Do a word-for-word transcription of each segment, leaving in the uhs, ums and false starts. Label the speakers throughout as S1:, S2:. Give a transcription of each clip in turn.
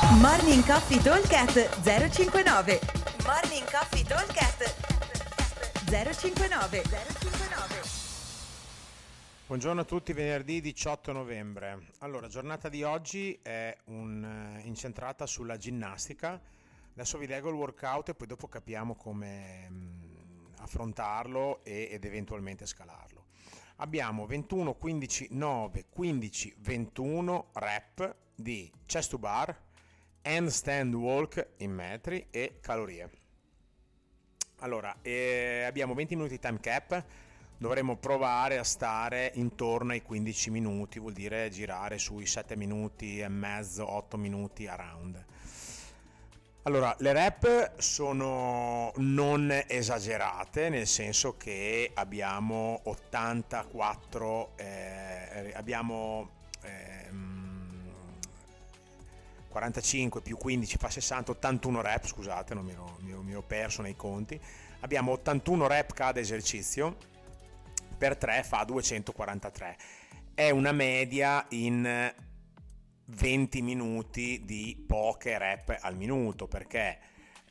S1: Morning Coffee Talkcast zero cinquantanove. Morning Coffee Talkcast zero cinquantanove.
S2: Buongiorno a tutti, venerdì diciotto novembre. Allora, la giornata di oggi è un, incentrata sulla ginnastica. Adesso vi leggo il workout e poi dopo capiamo come mh, affrontarlo e, ed eventualmente scalarlo. Abbiamo ventuno, quindici, nove, quindici, ventuno rep di chest to bar, handstand walk in metri e calorie. Allora, eh, abbiamo venti minuti di time cap. Dovremmo provare a stare intorno ai quindici minuti, vuol dire girare sui sette minuti e mezzo, otto minuti a round. Allora, le rep sono non esagerate, nel senso che abbiamo ottantaquattro, eh, abbiamo ehm, quarantacinque più quindici fa sessanta, ottantuno rep, scusate, non mi ero, mi ero, mi ero perso nei conti. Abbiamo ottantuno rep cada esercizio, per tre fa duecentoquarantatré. È una media in venti minuti di poche rep al minuto, perché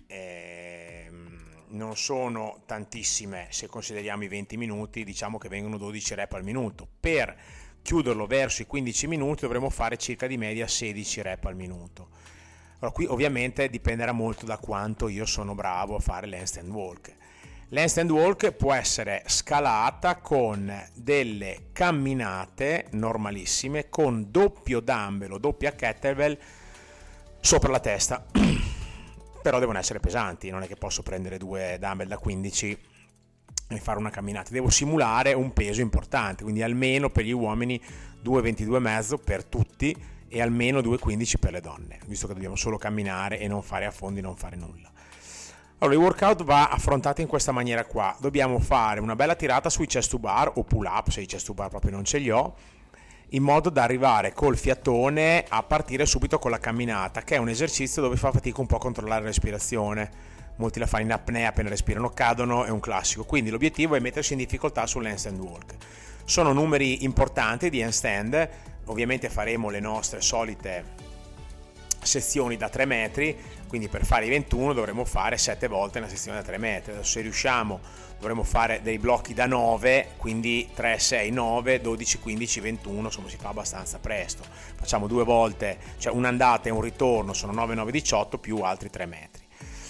S2: ehm, non sono tantissime. Se consideriamo i venti minuti, diciamo che vengono dodici rep al minuto. Per chiuderlo verso i quindici minuti dovremo fare circa di media sedici rep al minuto. Allora, qui ovviamente dipenderà molto da quanto io sono bravo a fare l'handstand walk. L'handstand walk può essere scalata con delle camminate normalissime con doppio dumbbell o doppia kettlebell sopra la testa, però devono essere pesanti, non è che posso prendere due dumbbell da quindici e fare una camminata, devo simulare un peso importante, quindi almeno per gli uomini due ventidue e mezzo per tutti e almeno due quindici per le donne, visto che dobbiamo solo camminare e non fare affondi, non fare nulla. Allora, il workout va affrontato in questa maniera qua. Dobbiamo fare una bella tirata sui chest to bar o pull up, se i chest to bar proprio non ce li ho, in modo da arrivare col fiatone a partire subito con la camminata, che è un esercizio dove fa fatica un po' a controllare la respirazione. Molti la fanno in apnea, appena respirano cadono, è un classico. Quindi l'obiettivo è mettersi in difficoltà sull'handstand walk. Sono numeri importanti di handstand, ovviamente faremo le nostre solite sezioni da tre metri, quindi per fare i ventuno dovremo fare sette volte una sezione da tre metri. Adesso, se riusciamo, dovremo fare dei blocchi da nove, quindi tre, sei, nove, dodici, quindici, ventuno, insomma si fa abbastanza presto. Facciamo due volte, cioè un'andata e un ritorno, sono nove, nove, diciotto più altri tre metri.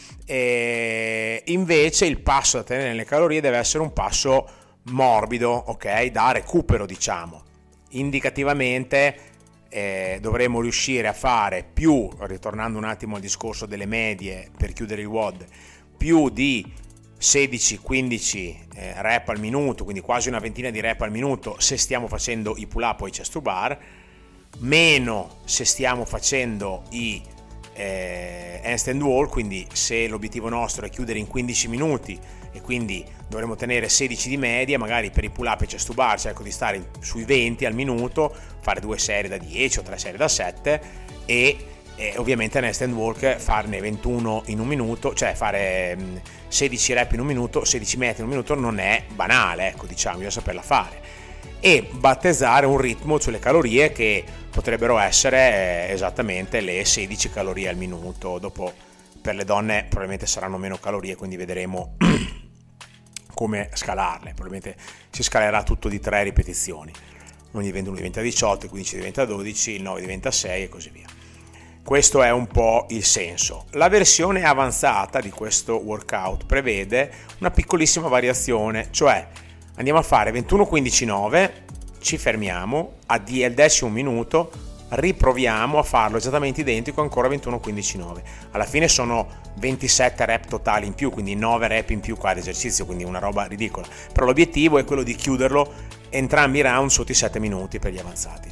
S2: E invece il passo da tenere nelle calorie deve essere un passo morbido, ok, da recupero, diciamo. Indicativamente Eh, dovremo riuscire a fare più, ritornando un attimo al discorso delle medie per chiudere il W O D, più di sedici quindici eh, rep al minuto, quindi quasi una ventina di rep al minuto se stiamo facendo i pull up o i chest to bar, meno se stiamo facendo i eh, handstand walk, quindi se l'obiettivo nostro è chiudere in quindici minuti e quindi dovremo tenere sedici di media, magari per i pull up e chest to bar cerco di stare sui venti al minuto, fare due serie da dieci o tre serie da sette e, e ovviamente nell'handstand walk farne ventuno in un minuto, cioè fare mh, sedici rep in un minuto, sedici metri in un minuto non è banale, ecco, diciamo, bisogna saperla fare, e battezzare un ritmo sulle calorie che potrebbero essere eh, esattamente le sedici calorie al minuto. Dopo per le donne probabilmente saranno meno calorie, quindi vedremo come scalarle. Probabilmente si scalerà tutto di tre ripetizioni, ogni ventuno diventa diciotto, il quindici diventa dodici, il nove diventa sei e così via. Questo è un po' il senso. La versione avanzata di questo workout prevede una piccolissima variazione, cioè andiamo a fare ventuno quindici nove, ci fermiamo al decimo minuto, riproviamo a farlo esattamente identico ancora ventuno quindici nove. Alla fine sono ventisette rep totali in più, quindi nove rep in più qua ad esercizio, quindi una roba ridicola, però l'obiettivo è quello di chiuderlo entrambi i round sotto i sette minuti per gli avanzati.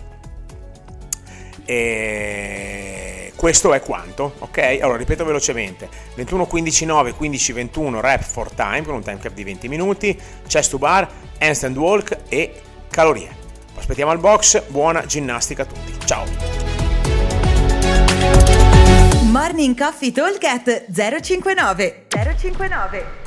S2: E questo è quanto, ok? Allora ripeto velocemente: ventuno quindici nove, quindici ventuno rep for time con un time cap di venti minuti, chest to bar, handstand walk e calorie. Aspettiamo al box, buona ginnastica a tutti, ciao!
S1: Morning Coffee Talkcast zero cinquantanove.